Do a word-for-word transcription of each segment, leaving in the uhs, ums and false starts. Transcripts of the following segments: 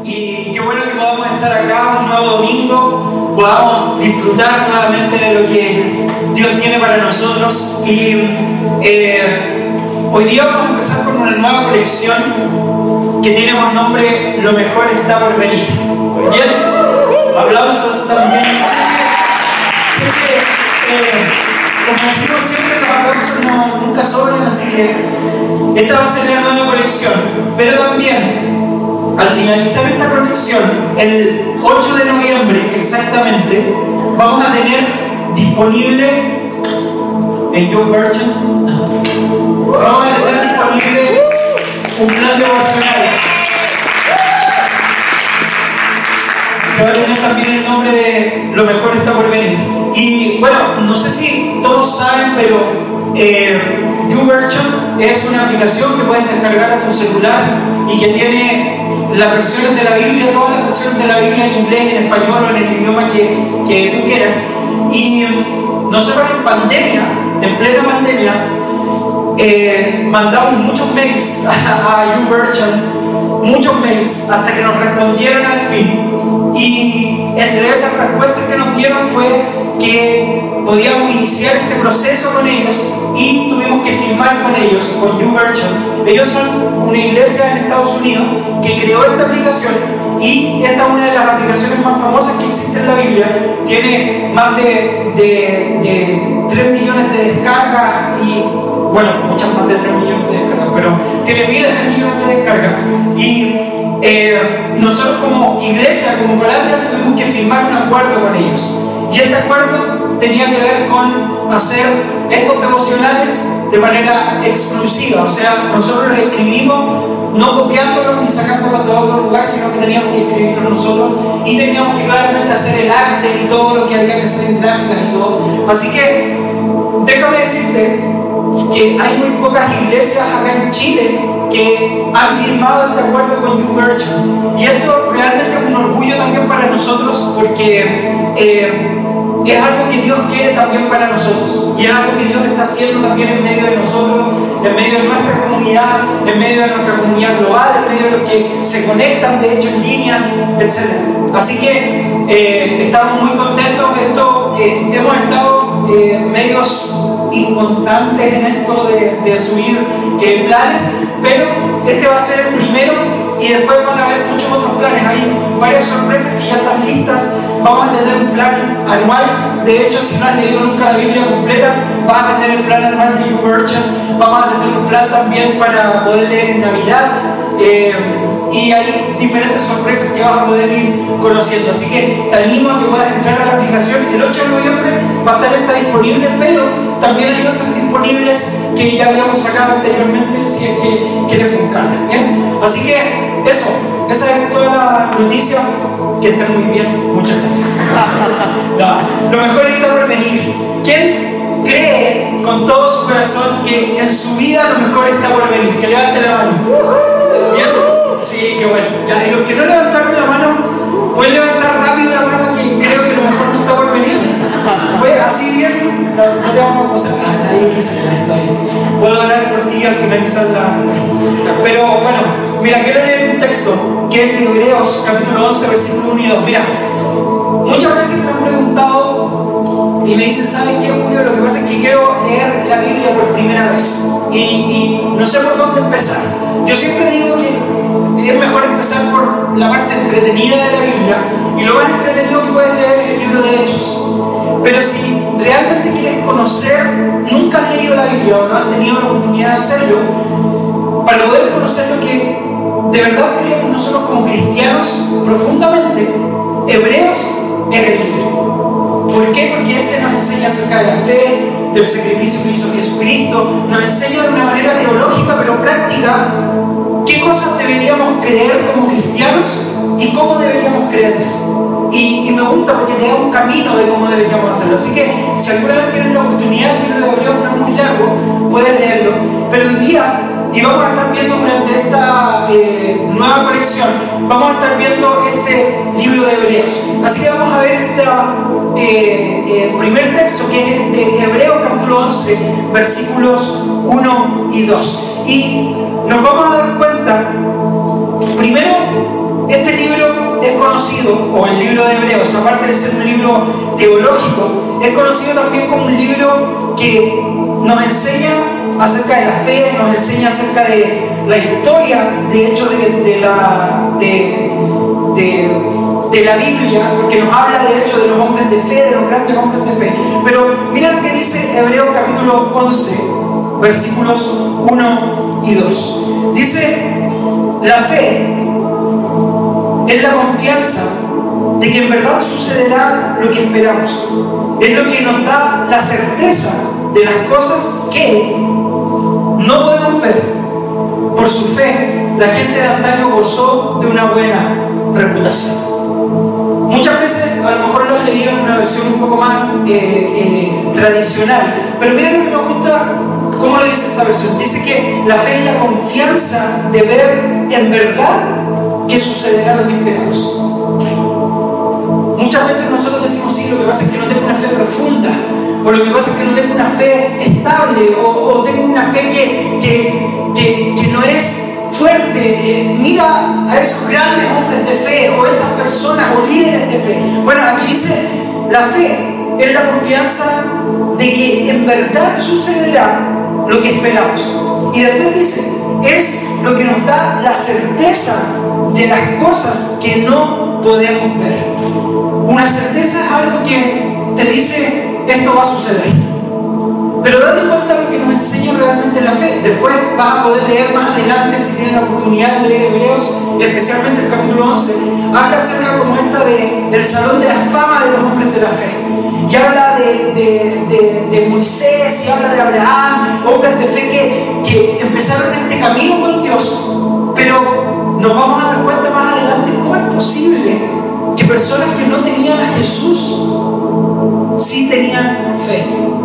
Y qué bueno que podamos estar acá un nuevo domingo, podamos disfrutar nuevamente de lo que Dios tiene para nosotros. Y eh, hoy día vamos a empezar con una nueva colección que tiene por nombre Lo mejor está por venir. Bien, aplausos también. Siempre, eh, como decimos siempre, los aplausos no, nunca sobran, así que esta va a ser la nueva colección. Pero también, al finalizar esta colección, el ocho de noviembre exactamente, vamos a tener disponible en YouVersion, vamos a tener disponible un plan devocional que va a tener también el nombre de Lo mejor está por venir. Y bueno, no sé si todos saben, pero eh, YouVersion es una aplicación que puedes descargar a tu celular y que tiene las versiones de la Biblia, todas las versiones de la Biblia en inglés, en español o en el idioma que, que tú quieras. Y nosotros en pandemia, en plena pandemia, eh, mandamos muchos mails a, a YouVersion, muchos mails, hasta que nos respondieron al fin. Y entre esas respuestas que nos dieron fue que podíamos iniciar este proceso con ellos y tuvimos que firmar con ellos, con YouVersion. Ellos son una iglesia en Estados Unidos que creó esta aplicación y esta es una de las aplicaciones más famosas que existe en la Biblia. Tiene más de, de, de tres millones de descargas y, bueno, muchas más de tres millones de descargas, pero tiene miles de millones de descargas. Y eh, nosotros como iglesia, como Coladria, tuvimos que firmar un acuerdo con ellos. Y este acuerdo tenía que ver con hacer estos devocionales de manera exclusiva. O sea, nosotros los escribimos no copiándolos ni sacándolos de otro lugar, sino que teníamos que escribirlos nosotros y teníamos que claramente hacer el arte y todo lo que había que hacer en gráficas y todo. Así que déjame decirte que hay muy pocas iglesias acá en Chile que han firmado este acuerdo con YouVersion. Y esto realmente es un orgullo también para nosotros, porque eh, es algo que Dios quiere también para nosotros. Y es algo que Dios está haciendo también en medio de nosotros, en medio de nuestra comunidad, en medio de nuestra comunidad global, en medio de los que se conectan de hecho en línea, etcétera. Así que eh, estamos muy contentos. Esto, eh, hemos estado eh, medios inconstantes en esto de, de subir eh, planes, pero este va a ser el primero y después van a haber muchos otros planes. Hay varias sorpresas que ya están listas. Vamos a tener un plan anual. De hecho, si no has leído nunca la Biblia completa, vas a tener el plan anual de YouVersion. Vamos a tener un plan también para poder leer en Navidad. Eh, y hay diferentes sorpresas que vas a poder ir conociendo. Así que te animo a que puedas entrar a la aplicación. El ocho de noviembre va a estar esta disponible, pero también hay otras disponibles que ya habíamos sacado anteriormente, si es que quieres buscarlas. ¿Bien? Así que eso, esa es toda la noticia. Que estén muy bien, muchas gracias. No, lo mejor está por venir. ¿Quién cree con todo su corazón que en su vida lo mejor está por venir? Que levante la mano. ¿Bien? Sí, qué bueno. Ya, y los que no levantaron la mano, pueden levantar rápido la mano, que creo que lo mejor no está por venir. Fue así bien, no, no te vamos a acusar. Ah, nadie quiso, está bien. Puedo orar por ti al finalizar la. Pero bueno, mira, quiero leer un texto que es de Hebreos, capítulo once, versículo uno y dos. Mira, muchas veces me han preguntado y me dicen, ¿sabes qué, Julio? Lo que pasa es que quiero leer la Biblia por primera vez y, y no sé por dónde empezar. Yo siempre digo que es mejor empezar por la parte entretenida de la Biblia, y lo más entretenido que puedes leer es el libro de Hechos. Pero si realmente quieres conocer, nunca has leído la Biblia o no has tenido la oportunidad de hacerlo, para poder conocer lo que de verdad creemos nosotros como cristianos profundamente, Hebreos es el libro. ¿Por qué? Porque este nos enseña acerca de la fe, del sacrificio que hizo Jesucristo, nos enseña de una manera teológica pero práctica qué cosas deberíamos creer como cristianos y cómo deberíamos creerles. Y, y me gusta porque te da un camino de cómo deberíamos hacerlo. Así que si alguna vez tienes la oportunidad, el libro de Hebreos no es muy largo, puedes leerlo. Pero hoy día, y vamos a estar viendo durante esta eh, nueva colección, vamos a estar viendo este libro de Hebreos. Así que vamos a ver este eh, eh, primer texto, que es de Hebreos capítulo once, versículos uno y dos. Y nos vamos a dar cuenta, primero, este libro conocido, o el libro de Hebreos, aparte de ser un libro teológico, es conocido también como un libro que nos enseña acerca de la fe, nos enseña acerca de la historia, de hecho, de, de, la, de, de, de la Biblia, porque nos habla de hecho de los hombres de fe, de los grandes hombres de fe. Pero mira lo que dice Hebreos capítulo once, versículos uno y dos. Dice: la fe es la confianza de que en verdad sucederá lo que esperamos. Es lo que nos da la certeza de las cosas que no podemos ver. Por su fe, la gente de antaño gozó de una buena reputación. Muchas veces, a lo mejor lo has leído en una versión un poco más eh, eh, tradicional, pero mira lo que me gusta, cómo lo dice esta versión. Dice que la fe es la confianza de ver en verdad que sucederá lo que esperamos. Muchas veces nosotros decimos: sí, lo que pasa es que no tengo una fe profunda, o lo que pasa es que no tengo una fe estable, o, o tengo una fe que, que, que, que no es fuerte. Eh, mira a esos grandes hombres de fe, o estas personas, o líderes de fe. Bueno, aquí dice: la fe es la confianza de que en verdad sucederá lo que esperamos. Y después dice: es lo que nos da la certeza de las cosas que no podemos ver. Una certeza es algo que te dice: esto va a suceder. Pero date cuenta de lo que nos enseña realmente la fe. Después vas a poder leer más adelante, si tienes la oportunidad de leer Hebreos, especialmente el capítulo once. Habla acerca como esta de, del salón de la fama de los hombres de la fe. Y habla de, de, de, de Moisés, y habla de Abraham, hombres de fe que, que empezaron este camino con Dios. Pero nos vamos a dar cuenta más adelante cómo es posible que personas que no tenían a Jesús sí tenían fe.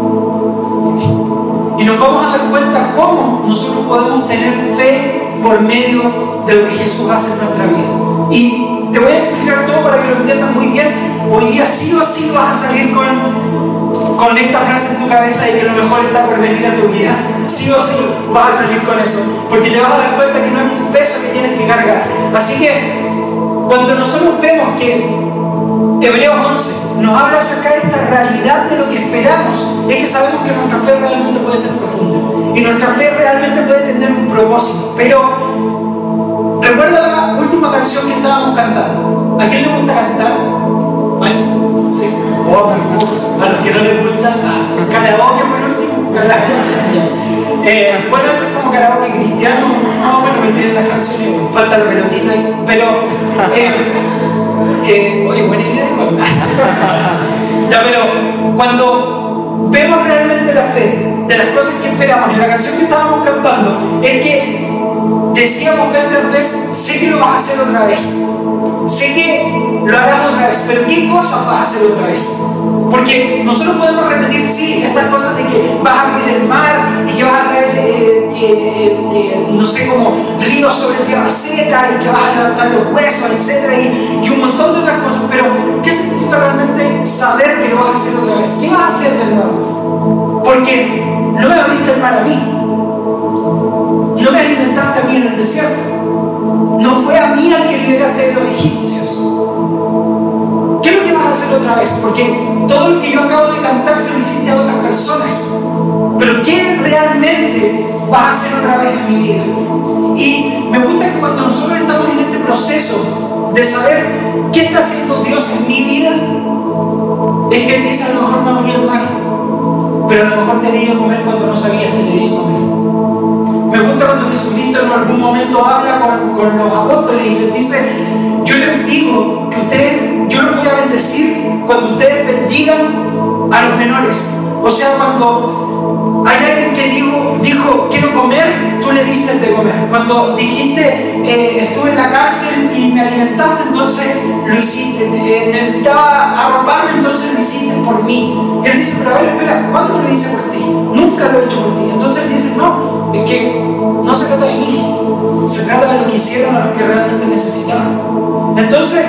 Y nos vamos a dar cuenta cómo nosotros podemos tener fe por medio de lo que Jesús hace en nuestra vida. Y te voy a explicar todo para que lo entiendas muy bien. Hoy día sí o sí vas a salir con, con esta frase en tu cabeza de que lo mejor está por venir a tu vida. Sí o sí vas a salir con eso, porque te vas a dar cuenta que no es un peso que tienes que cargar. Así que cuando nosotros vemos que Hebreos once nos habla acerca de esta realidad de lo que esperamos, es que sabemos que nuestra fe realmente puede ser profunda y nuestra fe realmente puede tener un propósito. Pero recuerda la última canción que estábamos cantando. ¿A quién le gusta cantar? ¿Vale? Sí. Oh, a los que no les gusta, ah, karaoke por último. Karaoke. Eh, bueno, esto es como karaoke cristiano, más o menos me tienen las canciones, falta la pelotita ahí, pero eh, eh, oye, buena idea igual. Ya, pero cuando vemos realmente la fe de las cosas que esperamos, en la canción que estábamos cantando, es que decíamos vez tras vez: sé que lo vas a hacer otra vez, sé que lo harás otra vez, pero ¿qué cosas vas a hacer otra vez? Porque nosotros podemos repetir, sí, estas cosas de que vas a abrir el mar y que vas a traer, eh, eh, eh, eh, no sé, como ríos sobre tierra seca, y que vas a levantar los huesos, etcétera, y, y un montón de otras cosas. Pero, ¿qué significa realmente saber que lo vas a hacer otra vez? ¿Qué vas a hacer de nuevo? Porque no me abriste el mar a mí, no me alimentaste a mí en el desierto, no fue a mí al que liberaste de los egipcios. ¿Qué es lo que vas a hacer otra vez? Porque todo lo que yo acabo de cantar se lo hiciste a otras personas. Pero ¿qué realmente vas a hacer otra vez en mi vida? Y me gusta que cuando nosotros estamos en este proceso de saber qué está haciendo Dios en mi vida, es que Él dice: a lo mejor no abrí el mar, pero a lo mejor te di a comer cuando no sabías que te di a comer. Me gusta cuando Jesucristo en algún momento habla con, con los apóstoles y les dice: yo les digo que ustedes, yo los voy a bendecir cuando ustedes bendigan a los menores. O sea, cuando hay alguien que digo, dijo quiero comer, tú le diste de comer. Cuando dijiste eh, estuve en la cárcel y me alimentaste, entonces lo hiciste. Eh, necesitaba arroparme, entonces lo hiciste por mí. Y Él dice: pero a ver, espera, ¿cuándo lo hice por ti? Nunca lo he hecho por ti. Entonces Él dice: no, es que no se trata de mí, se trata de lo que hicieron a los que realmente necesitaban. Entonces,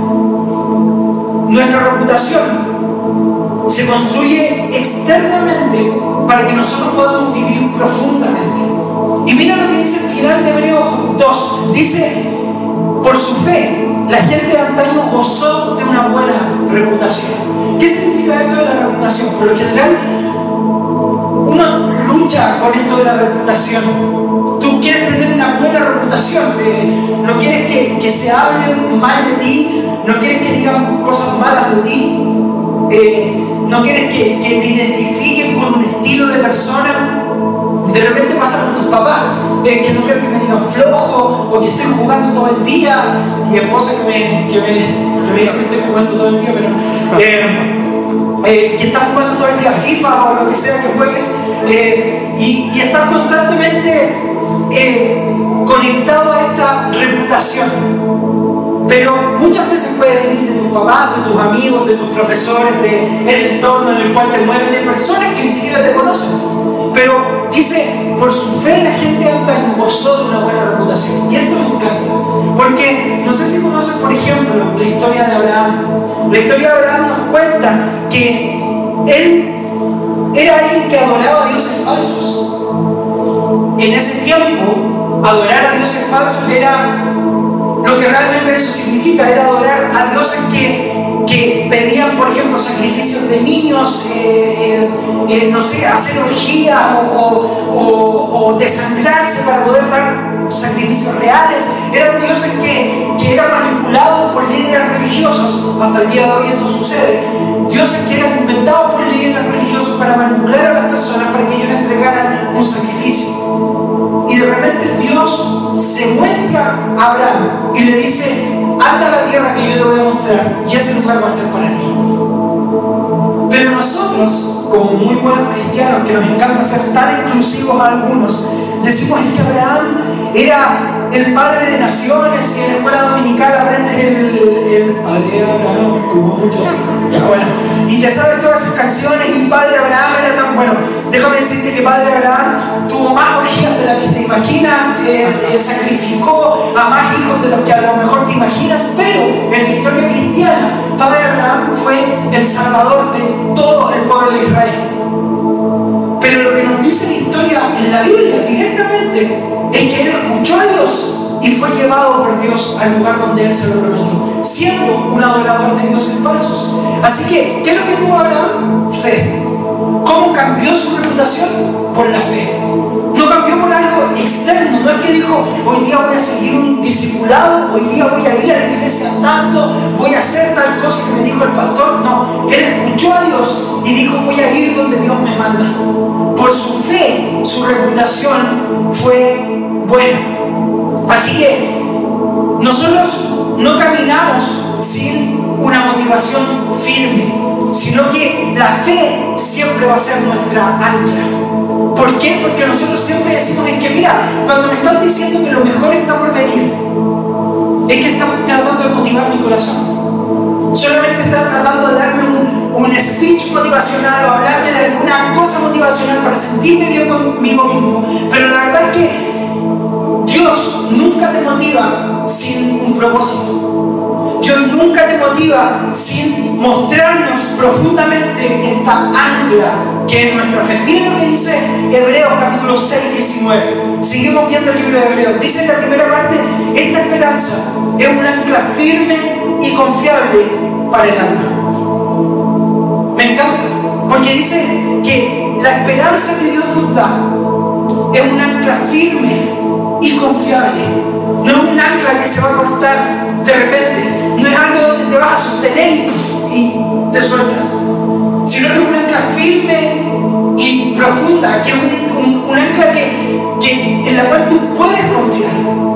nuestra reputación se construye externamente para que nosotros podamos vivir profundamente. Y mira lo que dice el final de Hebreos dos. Dice: por su fe, la gente de antaño gozó de una buena reputación. ¿Qué significa esto de la reputación? Por lo general, uno lucha con esto de la reputación. Tú quieres tener una buena reputación, eh, no quieres que, que se hable mal de ti, no quieres que digan cosas malas de ti, eh, no quieres que, que te identifiquen con un estilo de persona. De repente pasa con tus papás, eh, que no quiero que me digan flojo o que estoy jugando todo el día. Mi esposa que me, que me, que me dice que estoy jugando todo el día, pero eh, eh, que estás jugando todo el día FIFA o lo que sea que juegues, eh, y, y estás constantemente eh, conectado a esta reputación. Pero muchas veces puede venir de tus papás, de tus amigos, de tus profesores, del entorno en el cual te mueves, de personas que ni siquiera te conocen. Pero dice, por su fe la gente alta gozó de una buena reputación. Y esto me encanta. Porque no sé si conocen, por ejemplo, la historia de Abraham. La historia de Abraham nos cuenta que él era alguien que adoraba a dioses falsos. En ese tiempo, adorar a dioses falsos era lo que realmente eso significa, era adorar a dioses que, que pedían, por ejemplo, sacrificios de niños, eh, eh, eh, no sé, hacer orgías o, o, o, o desangrarse para poder dar sacrificios reales. Eran dioses que, que eran manipulados por líderes religiosos. Hasta el día de hoy eso sucede. Dioses que eran inventados por líderes religiosos para manipular a las personas para que ellos entregaran un sacrificio. Y de repente Dios se muestra a Abraham y le dice: anda a la tierra que yo te voy a mostrar y ese lugar va a ser para ti. Pero nosotros, como muy buenos cristianos que nos encanta ser tan inclusivos a algunos, decimos es que Abraham era el padre de naciones y en la escuela dominical aprendes el, el padre Abraham tuvo muchos hijos. Ya, bueno, y te sabes todas esas canciones y padre Abraham era tan bueno. Déjame decirte que padre Abraham tuvo más orgías de las que te imaginas, eh, eh, sacrificó a más hijos de los que a lo mejor te imaginas, pero en la historia cristiana, padre Abraham fue el salvador de todo el pueblo de Israel. Pero lo que nos dice la historia en la Biblia directamente es que él escuchó a Dios y fue llevado por Dios al lugar donde él se lo prometió, siendo un adorador de dioses falsos. Así que, ¿qué es lo que tuvo Abraham? Fe. ¿Cómo cambió su reputación? Por la fe. No cambió por algo externo. No es que dijo, hoy día voy a seguir un discipulado, hoy día voy a ir a la iglesia tanto, voy a hacer tal cosa que me dijo el pastor. No, él escuchó a Dios y dijo, voy a ir donde Dios me manda. Por su fe, su reputación fue buena. Así que nosotros no caminamos sin una motivación firme, sino que la fe siempre va a ser nuestra ancla. ¿Por qué? Porque nosotros siempre decimos en que, mira, cuando me están diciendo que lo mejor está por venir, es que están tratando de motivar mi corazón. Solamente están tratando de darme un, un speech motivacional o hablarme de alguna cosa motivacional para sentirme bien conmigo mismo. Pero la verdad es que Dios nunca te motiva sin un propósito. Dios nunca te motiva sin mostrarnos profundamente esta ancla que es nuestra fe. Miren lo que dice Hebreos capítulo seis, diecinueve. Seguimos viendo el libro de Hebreos. Dice en la primera parte, esta esperanza es un ancla firme y confiable para el alma. Me encanta, porque dice que la esperanza que Dios nos da es un ancla firme y confiable. No es un ancla que se va a cortar de repente. No es algo donde te vas a sostener y, y te sueltas, sino que es un ancla firme y profunda, que es un, un, un ancla que, que, en la cual tú puedes confiar.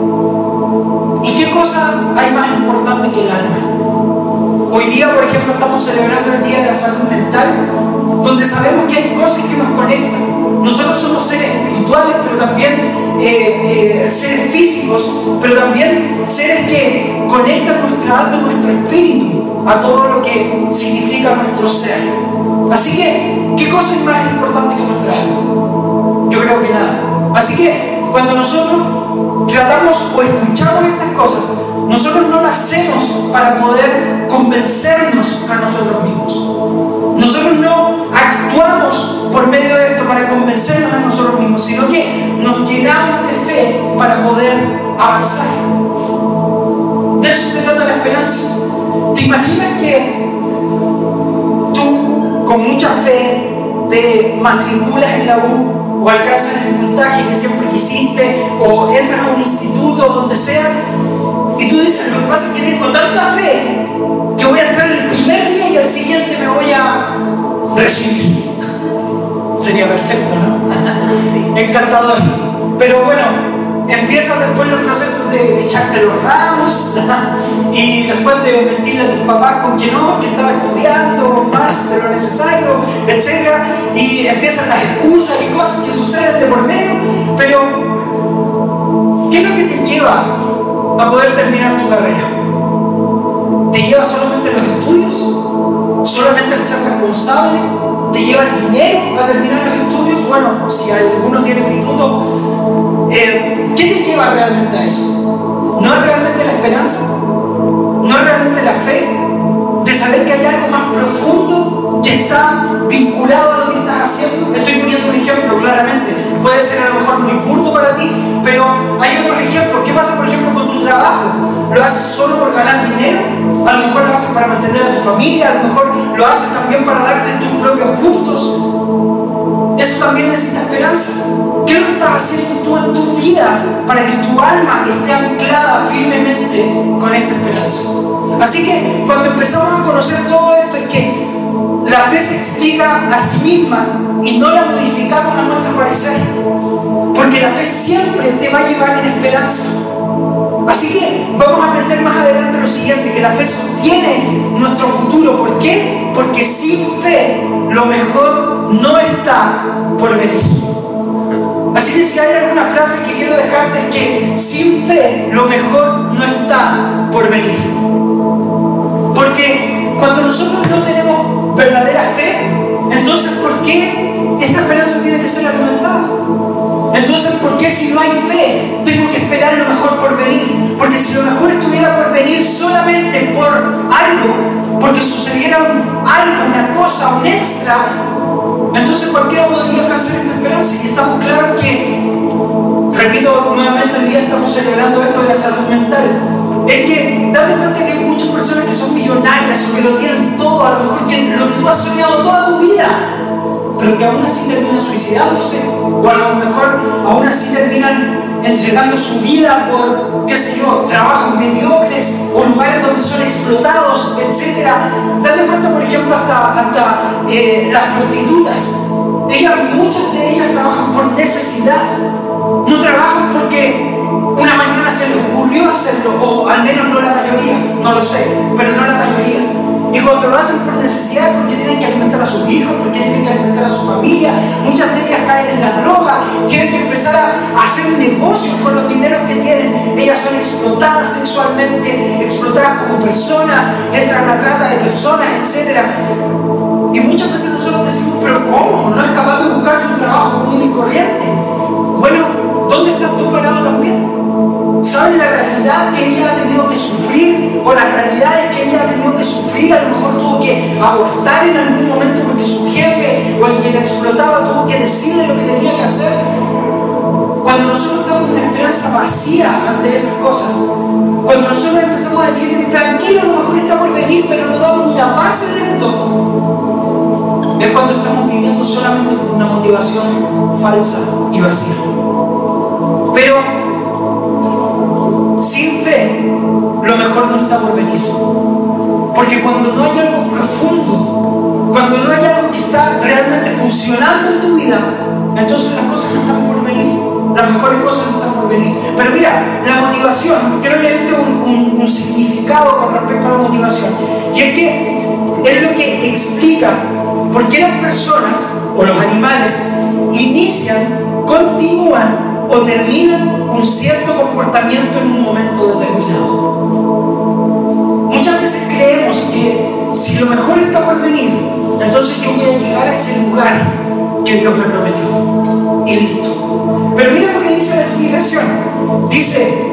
¿Y qué cosa hay más importante que el alma? Hoy día, por ejemplo, estamos celebrando el Día de la Salud Mental, donde sabemos que hay cosas que nos conectan. Nosotros somos seres espirituales, pero también eh, eh, seres físicos, pero también seres que conectan nuestra alma y nuestro espíritu a todo lo que significa nuestro ser. Así que, ¿qué cosa es más importante que nuestra alma? Yo creo que nada. Así que, cuando nosotros tratamos o escuchamos estas cosas, nosotros no las hacemos para poder convencernos a nosotros mismos. Nosotros no actuamos por medio de esto para convencernos a nosotros mismos, sino que nos llenamos de fe para poder avanzar. De eso se trata la esperanza. Te imaginas que tú, con mucha fe, te matriculas en la U o alcanzas el puntaje que siempre quisiste o entras a un instituto, donde sea, y tú dices, lo que pasa es que tengo tanta fe que voy a entrar el primer día y al siguiente me voy a recibir? Sería perfecto, ¿no? Encantador. Pero bueno, empiezan después los procesos de echarte los ramos, ¿verdad? Y después de mentirle a tus papás con que no, que estaba estudiando más de lo necesario, etcétera. Y empiezan las excusas y cosas que suceden de por medio. Pero, ¿qué es lo que te lleva a poder terminar tu carrera? ¿Te lleva solamente los estudios? ¿Solamente el ser responsable? ¿Te lleva el dinero a terminar los estudios? Bueno, si alguno tiene pituto, eh, ¿qué te lleva realmente a eso? ¿No es realmente la esperanza? ¿No es realmente la fe? De saber que hay algo más profundo que está vinculado a lo que estás haciendo. Estoy poniendo un ejemplo claramente. Puede ser a lo mejor muy burdo para ti, pero hay otros ejemplos. ¿Qué pasa, por ejemplo, con tu trabajo? ¿Lo haces solo por ganar dinero? A lo mejor lo haces para mantener a tu familia, a lo mejor lo haces también para darte tus propios gustos. Eso también necesita esperanza. ¿Qué es lo que estás haciendo tú en tu vida para que tu alma esté anclada firmemente con esta esperanza? Así que cuando empezamos a conocer todo esto, es que la fe se explica a sí misma y no la modificamos a nuestro parecer, porque la fe siempre te va a llevar en esperanza. Así que vamos a aprender más adelante lo siguiente, que la fe sostiene nuestro futuro. ¿Por qué? Porque sin fe lo mejor no está por venir. Así que si hay alguna frase que quiero dejarte, es que sin fe lo mejor no está por venir. Porque cuando nosotros no tenemos verdadera fe, entonces ¿por qué esta esperanza tiene que ser alimentada? Entonces, ¿por qué si no hay fe tengo que esperar lo mejor por venir? Porque si lo mejor estuviera por venir solamente por algo, porque sucediera un, algo, una cosa, un extra, entonces cualquiera podría alcanzar esta esperanza. Y estamos claros que, repito nuevamente, hoy día estamos celebrando esto de la salud mental. Es que date cuenta que hay muchas personas que son millonarias o que lo tienen todo, a lo mejor que lo que tú has soñado toda tu vida, pero que aún así terminan suicidándose, o a lo mejor aún así terminan entregando su vida por, qué sé yo, trabajos mediocres o lugares donde son explotados, etcétera. Date cuenta, por ejemplo, hasta, hasta eh, las prostitutas. Ellas, muchas de ellas trabajan por necesidad, no trabajan porque una mañana se les ocurrió hacerlo, o al menos no la mayoría, no lo sé, pero no la mayoría. Y cuando lo hacen por necesidad, porque tienen que alimentar a sus hijos, porque tienen que alimentar a su familia, muchas de ellas caen en la droga, tienen que empezar a hacer negocios con los dineros que tienen. Ellas son explotadas sexualmente, explotadas como personas, entran a trata de personas, etcétera. Y muchas veces nosotros decimos, pero ¿cómo? ¿No es capaz de buscarse un trabajo común y corriente? Bueno, ¿dónde estás tú parado también? ¿Sabes la realidad que ella ha tenido que sufrir? O las realidades que ella ha tenido que sufrir. A lo mejor tuvo que abortar en algún momento porque su jefe o el que la explotaba tuvo que decirle lo que tenía que hacer. Cuando nosotros damos una esperanza vacía ante esas cosas, cuando nosotros empezamos a decir, tranquilo, a lo mejor está por venir, pero no damos una base de esto, es cuando estamos viviendo solamente por una motivación falsa y vacía. Pero sin fe, lo mejor no está por venir. Porque cuando no hay algo profundo, cuando no hay algo que está realmente funcionando en tu vida, entonces las cosas no están por venir. Las mejores cosas no están por venir. Pero mira, la motivación, quiero leerte un, un, un significado con respecto a la motivación. Y es que es lo que explica por qué las personas o los animales inician, continúan o terminan un cierto comportamiento en un momento determinado. Muchas veces creemos que si lo mejor está por venir, entonces yo voy a llegar a ese lugar que Dios me prometió. Y listo. Pero mira lo que dice la explicación. Dice,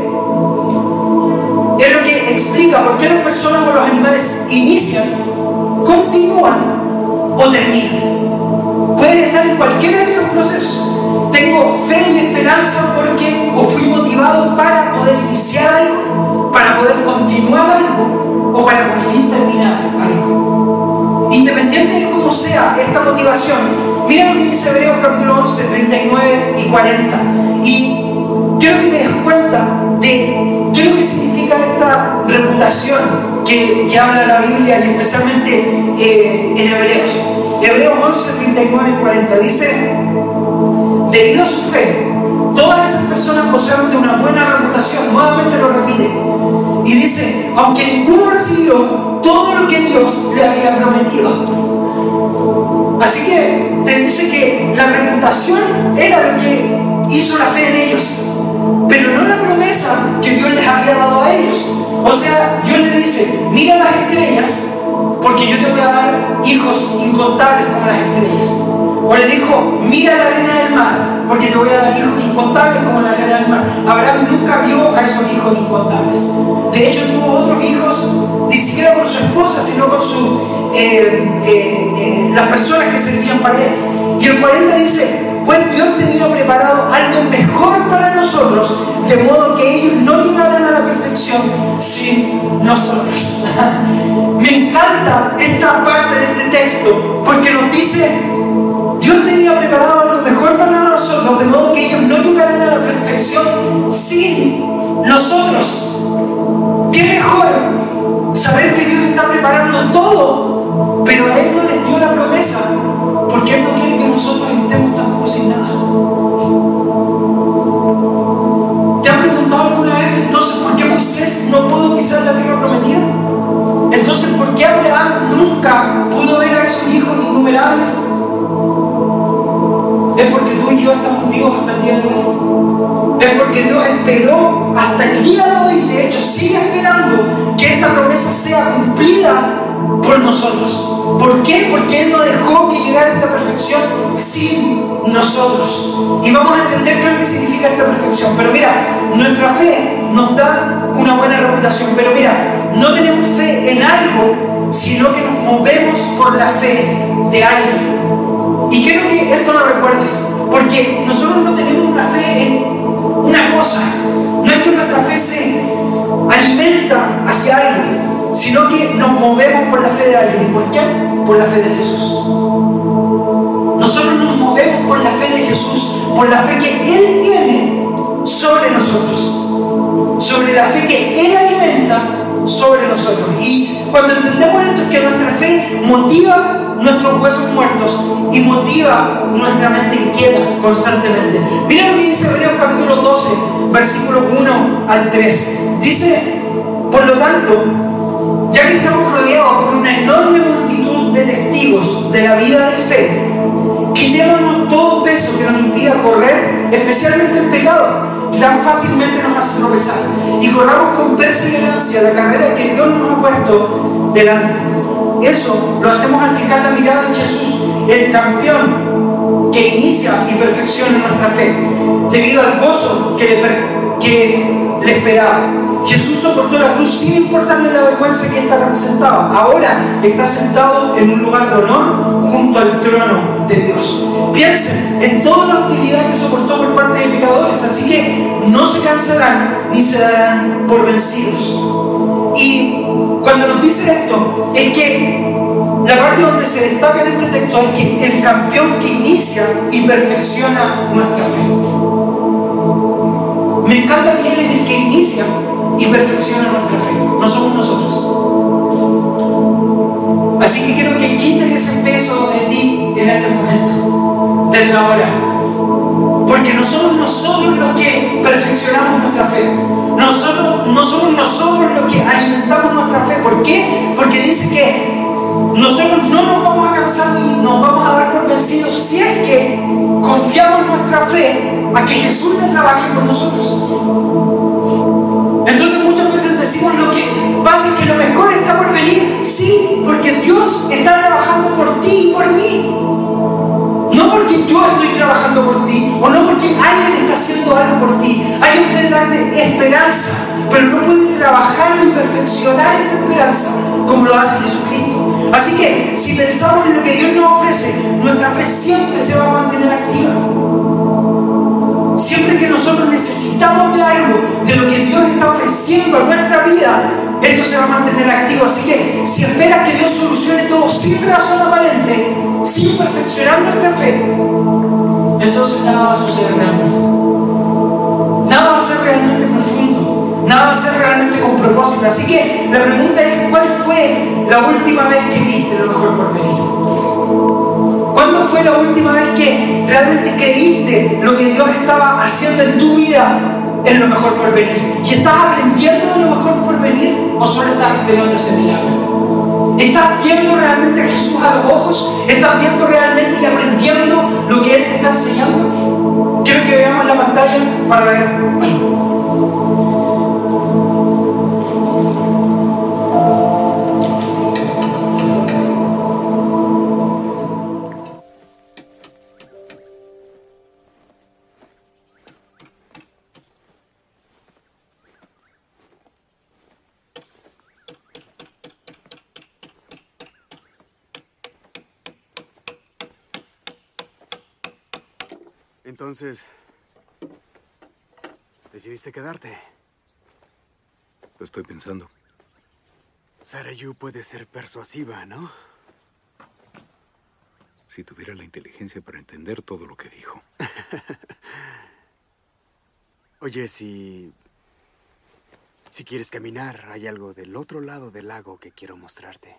es lo que explica por qué las personas o los animales inician, continúan o terminan. Pueden estar en cualquiera de estos procesos. Tengo fe y esperanza porque o fui motivado para poder iniciar algo, para poder continuar algo, o para para por fin terminar algo. Independiente de cómo sea esta motivación, mira lo que dice Hebreos capítulo once, treinta y nueve y cuarenta. Y quiero que te des cuenta de qué es lo que significa esta reputación que, que habla la Biblia, y especialmente eh, en Hebreos. Hebreos once, treinta y nueve y cuarenta dice: debido a su fe, todas esas personas gozaron de una buena reputación. Nuevamente lo repite. Y dice: aunque ninguno recibió todo lo que Dios le había prometido. Así que te dice que la reputación era lo que hizo la fe en ellos, pero no la promesa que Dios les había dado a ellos. O sea, Dios le dice: mira las estrellas, porque yo te voy a dar hijos incontables como las estrellas. O le dijo: mira la arena del mar, porque te voy a dar hijos incontables como la arena del mar. Abraham nunca vio a esos hijos incontables. De hecho, tuvo otros hijos, ni siquiera con su esposa, sino con su, eh, eh, eh, las personas que servían para él. Y el cuarenta dice: pues Dios tenía preparado algo mejor para nosotros, de modo que ellos no llegaran a la perfección sin nosotros. Me encanta esta parte de este texto, porque nos dice: Dios tenía preparado algo mejor para nosotros, de modo que ellos no llegaran a la perfección sin nosotros. ¿Qué mejor saber que Dios está preparando todo, pero a Él no les dio la promesa, porque Él no quiere que nosotros estemos tampoco sin nada? ¿Te has preguntado alguna vez entonces por qué Moisés no pudo pisar la tierra prometida? Entonces, ¿por qué Abraham nunca pudo ver a esos hijos innumerables? Es porque tú y yo estamos vivos hasta el día de hoy. Es porque Dios esperó hasta el día de hoy. De hecho, sigue esperando que esta promesa sea cumplida por nosotros. ¿Por qué? Porque Él no dejó que llegara a esta perfección sin nosotros. Y vamos a entender qué es lo que significa esta perfección. Pero mira, nuestra fe nos da una buena reputación. Pero mira, no tenemos fe en algo, sino que nos movemos por la fe de alguien. Y quiero que esto lo recuerdes, porque nosotros no tenemos una fe en una cosa. No es que nuestra fe se alimenta hacia alguien, sino que nos movemos por la fe de alguien. ¿Por qué? Por la fe de Jesús. Nosotros nos movemos por la fe de Jesús, por la fe que Él tiene sobre nosotros, sobre la fe que Él alimenta sobre nosotros. Y cuando entendemos esto, es que nuestra fe motiva nuestros huesos muertos y motiva nuestra mente inquieta constantemente. Mira lo que dice Hebreos capítulo doce, versículos uno al tres. Dice: por lo tanto, ya que estamos rodeados por una enorme multitud de testigos de la vida de fe, quitémonos todo peso que nos impida correr, especialmente el pecado, que tan fácilmente nos hace tropezar, y corramos con perseverancia la carrera que Dios nos ha puesto delante. Eso lo hacemos al fijar la mirada en Jesús, el campeón que inicia y perfecciona nuestra fe, debido al gozo que le, que le esperaba. Jesús soportó la cruz sin importarle la vergüenza que ésta representaba. Ahora está sentado en un lugar de honor junto al trono de Dios. Piensen en toda la hostilidad que soportó por parte de pecadores, así que no se cansarán ni se darán por vencidos. Y cuando nos dice esto, es que la parte donde se destaca en este texto es que el campeón que inicia y perfecciona nuestra fe. Me encanta que Él es el que inicia y perfecciona nuestra fe, no somos nosotros. Así que quiero que quites ese peso de ti en este momento, desde ahora, porque no somos nosotros los que perfeccionamos nuestra fe, nosotros, no somos nosotros los que alimentamos nuestra fe. ¿Por qué? Porque dice que nosotros no nos vamos a cansar ni nos vamos a dar por vencidos si es que confiamos nuestra fe a que Jesús le trabaje por nosotros. Entonces muchas veces decimos: lo que pasa es que lo mejor está por venir. Sí, porque Dios está trabajando por ti y por mí. No porque yo estoy trabajando por ti, o no porque alguien está haciendo algo por ti. Alguien puede darte esperanza, pero no puede trabajar ni perfeccionar esa esperanza como lo hace Jesucristo. Así que si pensamos en lo que Dios nos ofrece, nuestra fe siempre se va a mantener activa. Siempre que nosotros necesitamos de algo, de lo que Dios está ofreciendo a nuestra vida, esto se va a mantener activo. Así que si esperas que Dios solucione todo sin razón aparente, sin perfeccionar nuestra fe, entonces nada va a suceder realmente. Nada va a ser realmente profundo. Nada va a ser realmente con propósito. Así que la pregunta es, ¿cuál fue la última vez que viste lo mejor por venir? ¿Cuándo fue la última vez que realmente creíste lo que Dios estaba haciendo en tu vida en lo mejor por venir? ¿Y estás aprendiendo de lo mejor por venir o solo estás esperando ese milagro? ¿Estás viendo realmente a Jesús a los ojos? ¿Estás viendo realmente y aprendiendo lo que Él te está enseñando? Quiero que veamos la pantalla para ver algo. Entonces, decidiste quedarte. Lo estoy pensando. Sarah Yu puede ser persuasiva, ¿no? Si tuviera la inteligencia para entender todo lo que dijo. Oye, si... Si quieres caminar, hay algo del otro lado del lago que quiero mostrarte.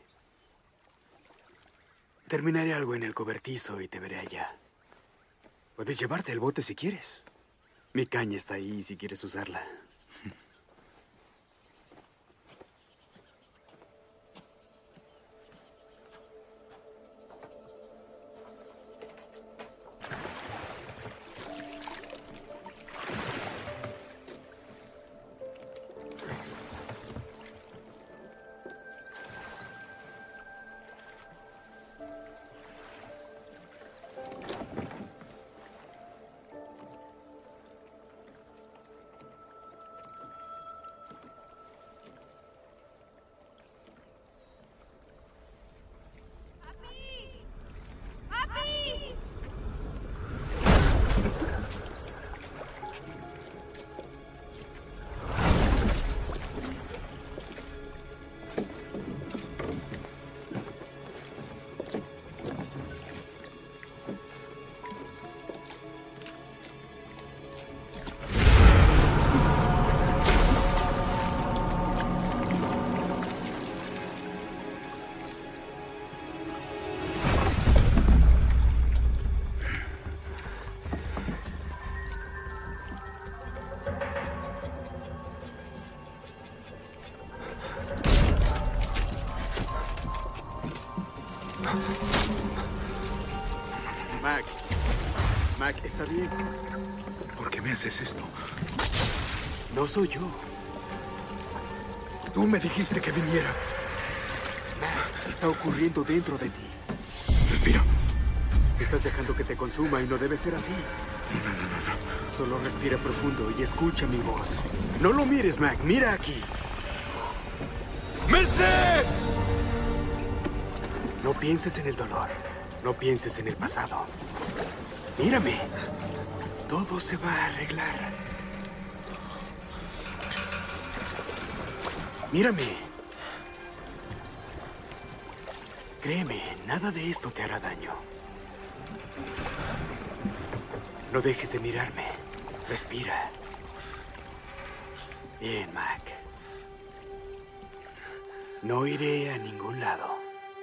Terminaré algo en el cobertizo y te veré allá. Puedes llevarte el bote si quieres. Mi caña está ahí si quieres usarla. Mac. Mac, ¿está bien? ¿Por qué me haces esto? No soy yo. Tú me dijiste que viniera. Mac, está ocurriendo dentro de ti. Respira. Estás dejando que te consuma y no debe ser así. No, no, no, no. Solo respira profundo y escucha mi voz. No lo mires, Mac. Mira aquí. ¡Merced! No pienses en el dolor. No pienses en el pasado. Mírame. Todo se va a arreglar. Mírame. Créeme, nada de esto te hará daño. No dejes de mirarme. Respira. Bien, Mac. No iré a ningún lado.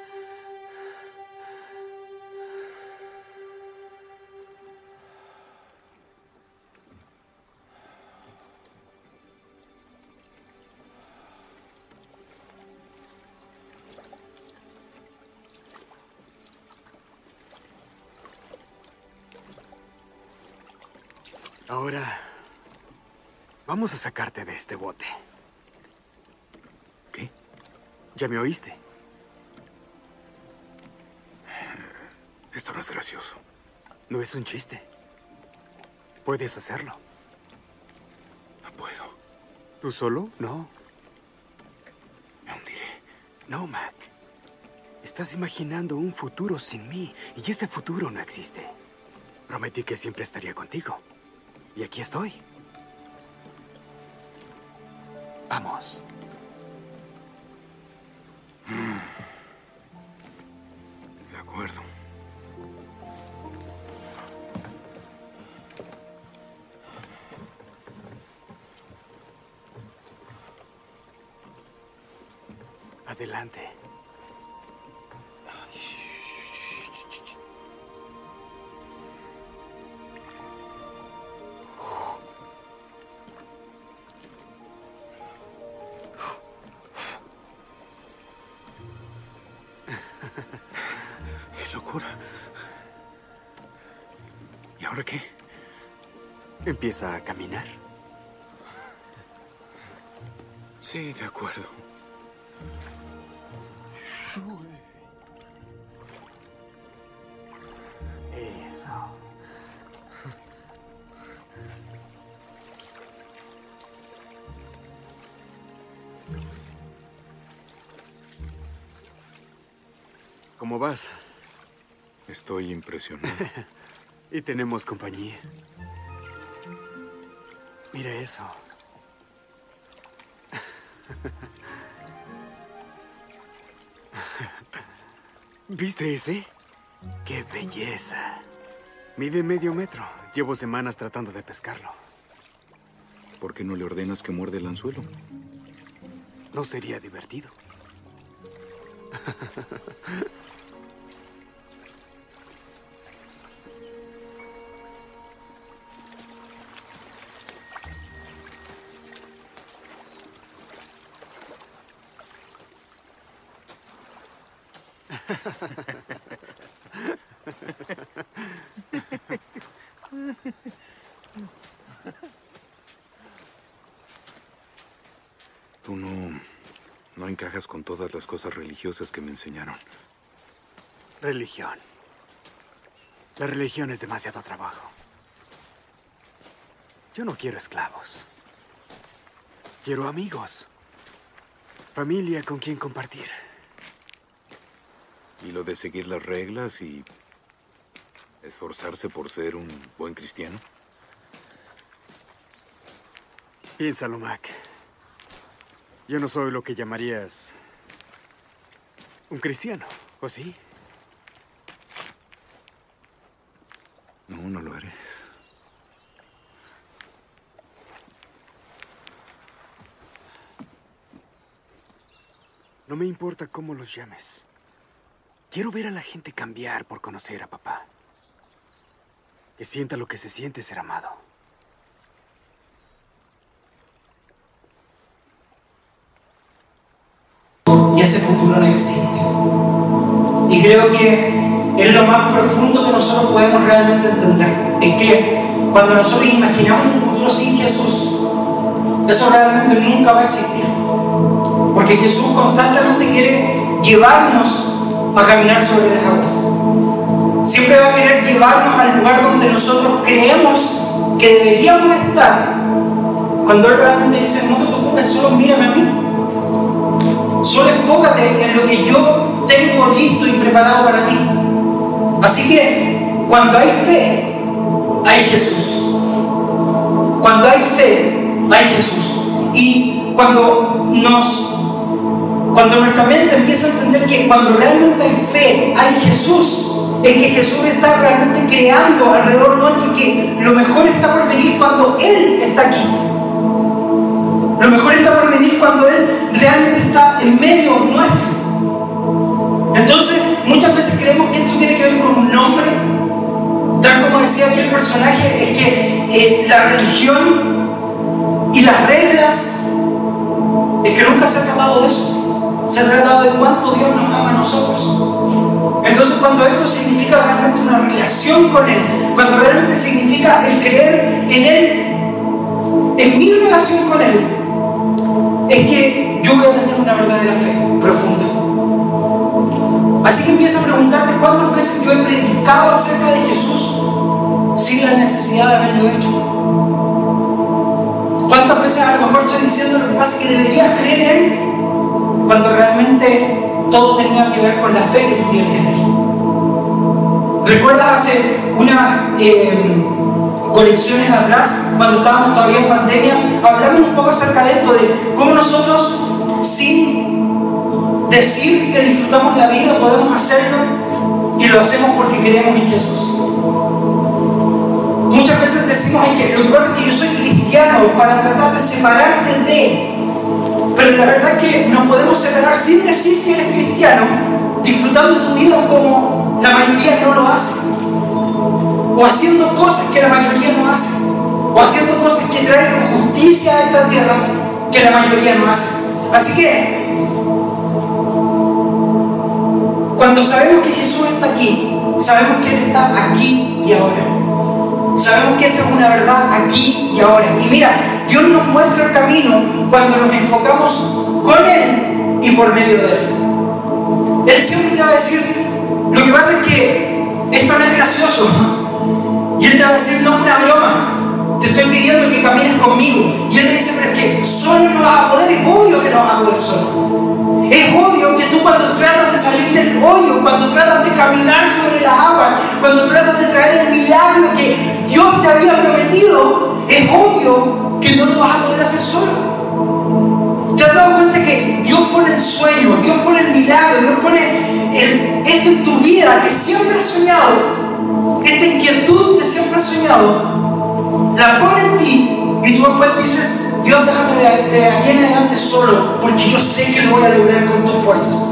Ahora, vamos a sacarte de este bote. ¿Qué? ¿Ya me oíste? Esto no es gracioso. No es un chiste. Puedes hacerlo. No puedo. ¿Tú solo? No. Me hundiré. No, Mac. Estás imaginando un futuro sin mí, y ese futuro no existe. Prometí que siempre estaría contigo. Y aquí estoy. Vamos. acuerdo. Adelante. ¡Qué locura! ¿Y ahora qué? Empieza a caminar. Sí, de acuerdo. Eso. ¿Cómo vas? Estoy impresionado. Y tenemos compañía. Mira eso. ¿Viste ese? ¡Qué belleza! Mide medio metro. Llevo semanas tratando de pescarlo. ¿Por qué no le ordenas que muerde el anzuelo? ¿No sería divertido? Tú no... no encajas con todas las cosas religiosas que me enseñaron. Religión. La religión es demasiado trabajo. Yo no quiero esclavos. Quiero amigos. Familia con quien compartir. ¿Y lo de seguir las reglas y esforzarse por ser un buen cristiano? Piénsalo, Mac. Yo no soy lo que llamarías un cristiano, ¿o sí? No, no lo eres. No me importa cómo los llames. Quiero ver a la gente cambiar por conocer a papá. Que sienta lo que se siente ser amado. Y ese futuro no existe. Y creo que es lo más profundo que nosotros podemos realmente entender. Es que cuando nosotros imaginamos un futuro sin Jesús, eso realmente nunca va a existir. Porque Jesús constantemente quiere llevarnos a caminar sobre las aguas. Siempre va a querer llevarnos al lugar donde nosotros creemos que deberíamos estar. Cuando Él realmente dice, no te preocupes, solo mírame a mí. Solo enfócate en lo que yo tengo listo y preparado para ti. Así que, cuando hay fe, hay Jesús. Cuando hay fe, hay Jesús. Y cuando nos... Cuando nuestra mente empieza a entender que cuando realmente hay fe, hay Jesús, es que Jesús está realmente creando alrededor nuestro, que lo mejor está por venir cuando Él está aquí. Lo mejor está por venir cuando Él realmente está en medio nuestro. Entonces, muchas veces creemos que esto tiene que ver con un nombre. Tal como decía aquí el personaje, es que eh, la religión y las reglas, es que nunca se ha tratado de eso. Se ha tratado de cuánto Dios nos ama a nosotros. Entonces, cuando esto significa realmente una relación con Él, cuando realmente significa el creer en Él, en mi relación con Él, es que yo voy a tener una verdadera fe profunda. Así que empieza a preguntarte cuántas veces yo he predicado acerca de Jesús sin la necesidad de haberlo hecho. ¿Cuántas veces a lo mejor estoy diciendo lo que pasa es que deberías creer en Él, cuando realmente todo tenía que ver con la fe que tú tienes en Él? ¿Recuerdas hace unas eh, colecciones atrás, cuando estábamos todavía en pandemia, hablamos un poco acerca de esto, de cómo nosotros, sin decir que disfrutamos la vida, podemos hacerlo y lo hacemos porque creemos en Jesús. Muchas veces decimos que lo que pasa es que yo soy cristiano para tratar de separarte de, pero la verdad es que nos podemos separar sin decir que eres cristiano, disfrutando tu vida como la mayoría no lo hace, o haciendo cosas que la mayoría no hace, o haciendo cosas que traigan justicia a esta tierra que la mayoría no hace. Así que cuando sabemos que Jesús está aquí, sabemos que Él está aquí y ahora. Sabemos que esto es una verdad aquí y ahora. Y mira, Dios nos muestra el camino cuando nos enfocamos con Él y por medio de Él. Él siempre te va a decir, lo que pasa es que esto no es gracioso. Y Él te va a decir, no es una broma, te estoy pidiendo que camines conmigo. Y Él le dice, pero es que solo no vas a poder, es obvio que no vas a poder solo. Es obvio que tú cuando tratas de salir del hoyo, cuando tratas de caminar sobre las aguas, cuando tratas de traer el milagro que Dios te había prometido, es obvio que no lo vas a poder hacer solo. ¿Te has dado cuenta que Dios pone el sueño, Dios pone el milagro, Dios pone el, esto en tu vida que siempre has soñado, esta inquietud que siempre has soñado, la pone en ti y tú después dices, Dios, déjame de, de aquí en adelante solo, porque yo sé que lo voy a lograr con tus fuerzas.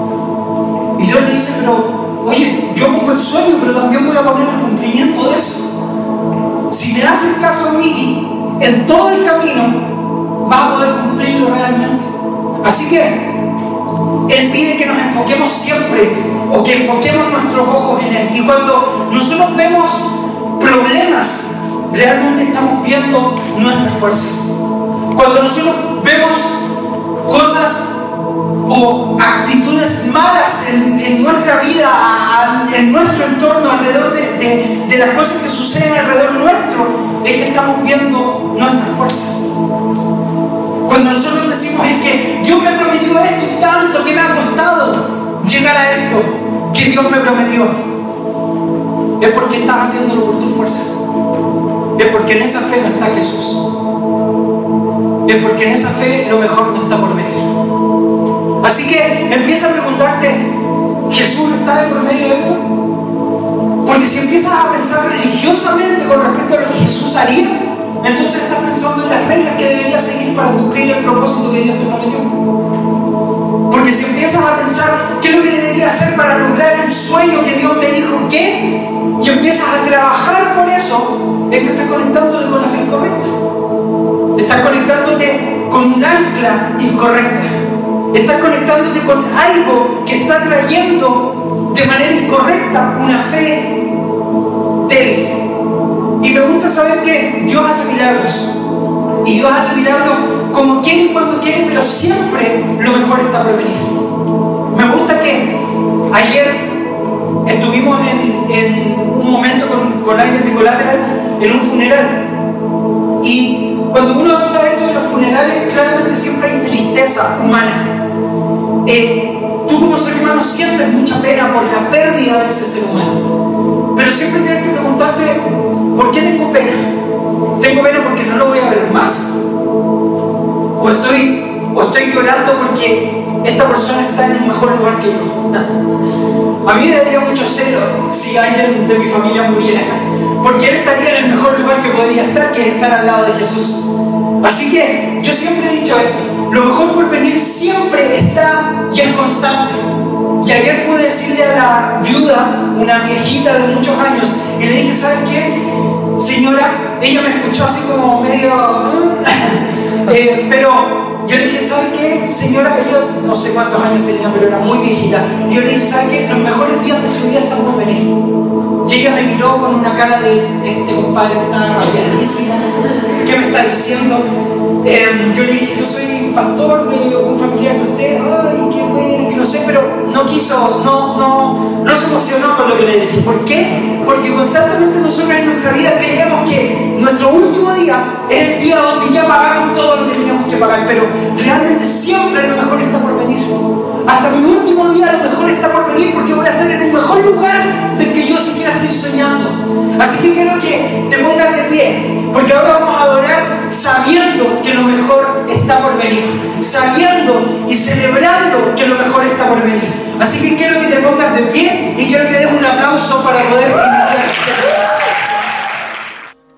Y Dios le dice, pero, oye, yo pongo el sueño, pero también voy a poner el cumplimiento de eso. Si me haces caso a mí, en todo el camino, vas a poder cumplirlo realmente. Así que, Él pide que nos enfoquemos siempre, o que enfoquemos nuestros ojos en Él. Y cuando nosotros vemos problemas, realmente estamos viendo nuestras fuerzas. Cuando nosotros vemos cosas o actitudes malas en, en nuestra vida, a, a, en nuestro entorno, alrededor de, de, de las cosas que suceden alrededor nuestro, es que estamos viendo nuestras fuerzas. Cuando nosotros decimos es que Dios me prometió esto y tanto, que me ha costado llegar a esto que Dios me prometió, es porque estás haciéndolo por tus fuerzas. Es porque en esa fe no está Jesús. Es porque en esa fe lo mejor no está por venir. Así que empieza a preguntarte, ¿Jesús está de por medio de esto? Porque si empiezas a pensar religiosamente con respecto a lo que Jesús haría, entonces estás pensando en las reglas que deberías seguir para cumplir el propósito que Dios te prometió. Porque si empiezas a pensar qué es lo que debería hacer para lograr el sueño que Dios me dijo que, y empiezas a trabajar por eso, es que estás conectándote con la fe incorrecta. Estás conectándote con un ancla incorrecta. Estás conectándote con algo que está trayendo de manera incorrecta una fe débil. Y me gusta saber que Dios hace milagros. Y Dios hace milagros como quiere y cuando quiere, pero siempre lo mejor está por venir. Me gusta que ayer estuvimos en, en un momento con, con alguien de Collateral en un funeral. Y cuando uno habla de esto de los funerales, claramente siempre hay tristeza humana. Eh, tú como ser humano sientes mucha pena por la pérdida de ese ser humano. Pero siempre tienes que preguntarte, ¿por qué tengo pena? ¿Tengo pena porque no lo voy a ver más? ¿O estoy, o estoy llorando porque esta persona está en un mejor lugar que yo? A mí me daría mucho celo si alguien de mi familia muriera, porque él estaría en el mejor lugar que podría estar, que es estar al lado de Jesús. Así que yo siempre he dicho esto, lo mejor por venir siempre está y es constante. Y ayer pude decirle a la viuda, una viejita de muchos años, y le dije, ¿sabes qué? Señora, ella me escuchó así como medio... eh, pero yo le dije, ¿sabe qué? Señora, ella no sé cuántos años tenía, pero era muy viejita. Y yo le dije, ¿sabe qué? Los mejores días de su vida están por venir. Y ella me miró con una cara de, este compadre está rayadísimo, ¿qué me está diciendo? Eh, yo le dije, yo soy pastor de un familiar de usted, ay, qué bueno, que no sé, pero no quiso, no, no, no se emocionó con lo que le dije. ¿Por qué? Porque constantemente nosotros en nuestra vida creemos que nuestro último día es el día donde ya pagamos todo lo que teníamos que pagar, pero realmente siempre lo mejor está por venir. Hasta mi último día lo mejor está por venir, porque voy a estar en un mejor lugar del que yo siquiera estoy soñando. Así que quiero que te pongas de pie, porque ahora vamos a adorar sabiendo que lo mejor está por venir, sabiendo y celebrando que lo mejor está por venir. Así que quiero que te pongas de pie y quiero que des una aplauso para poder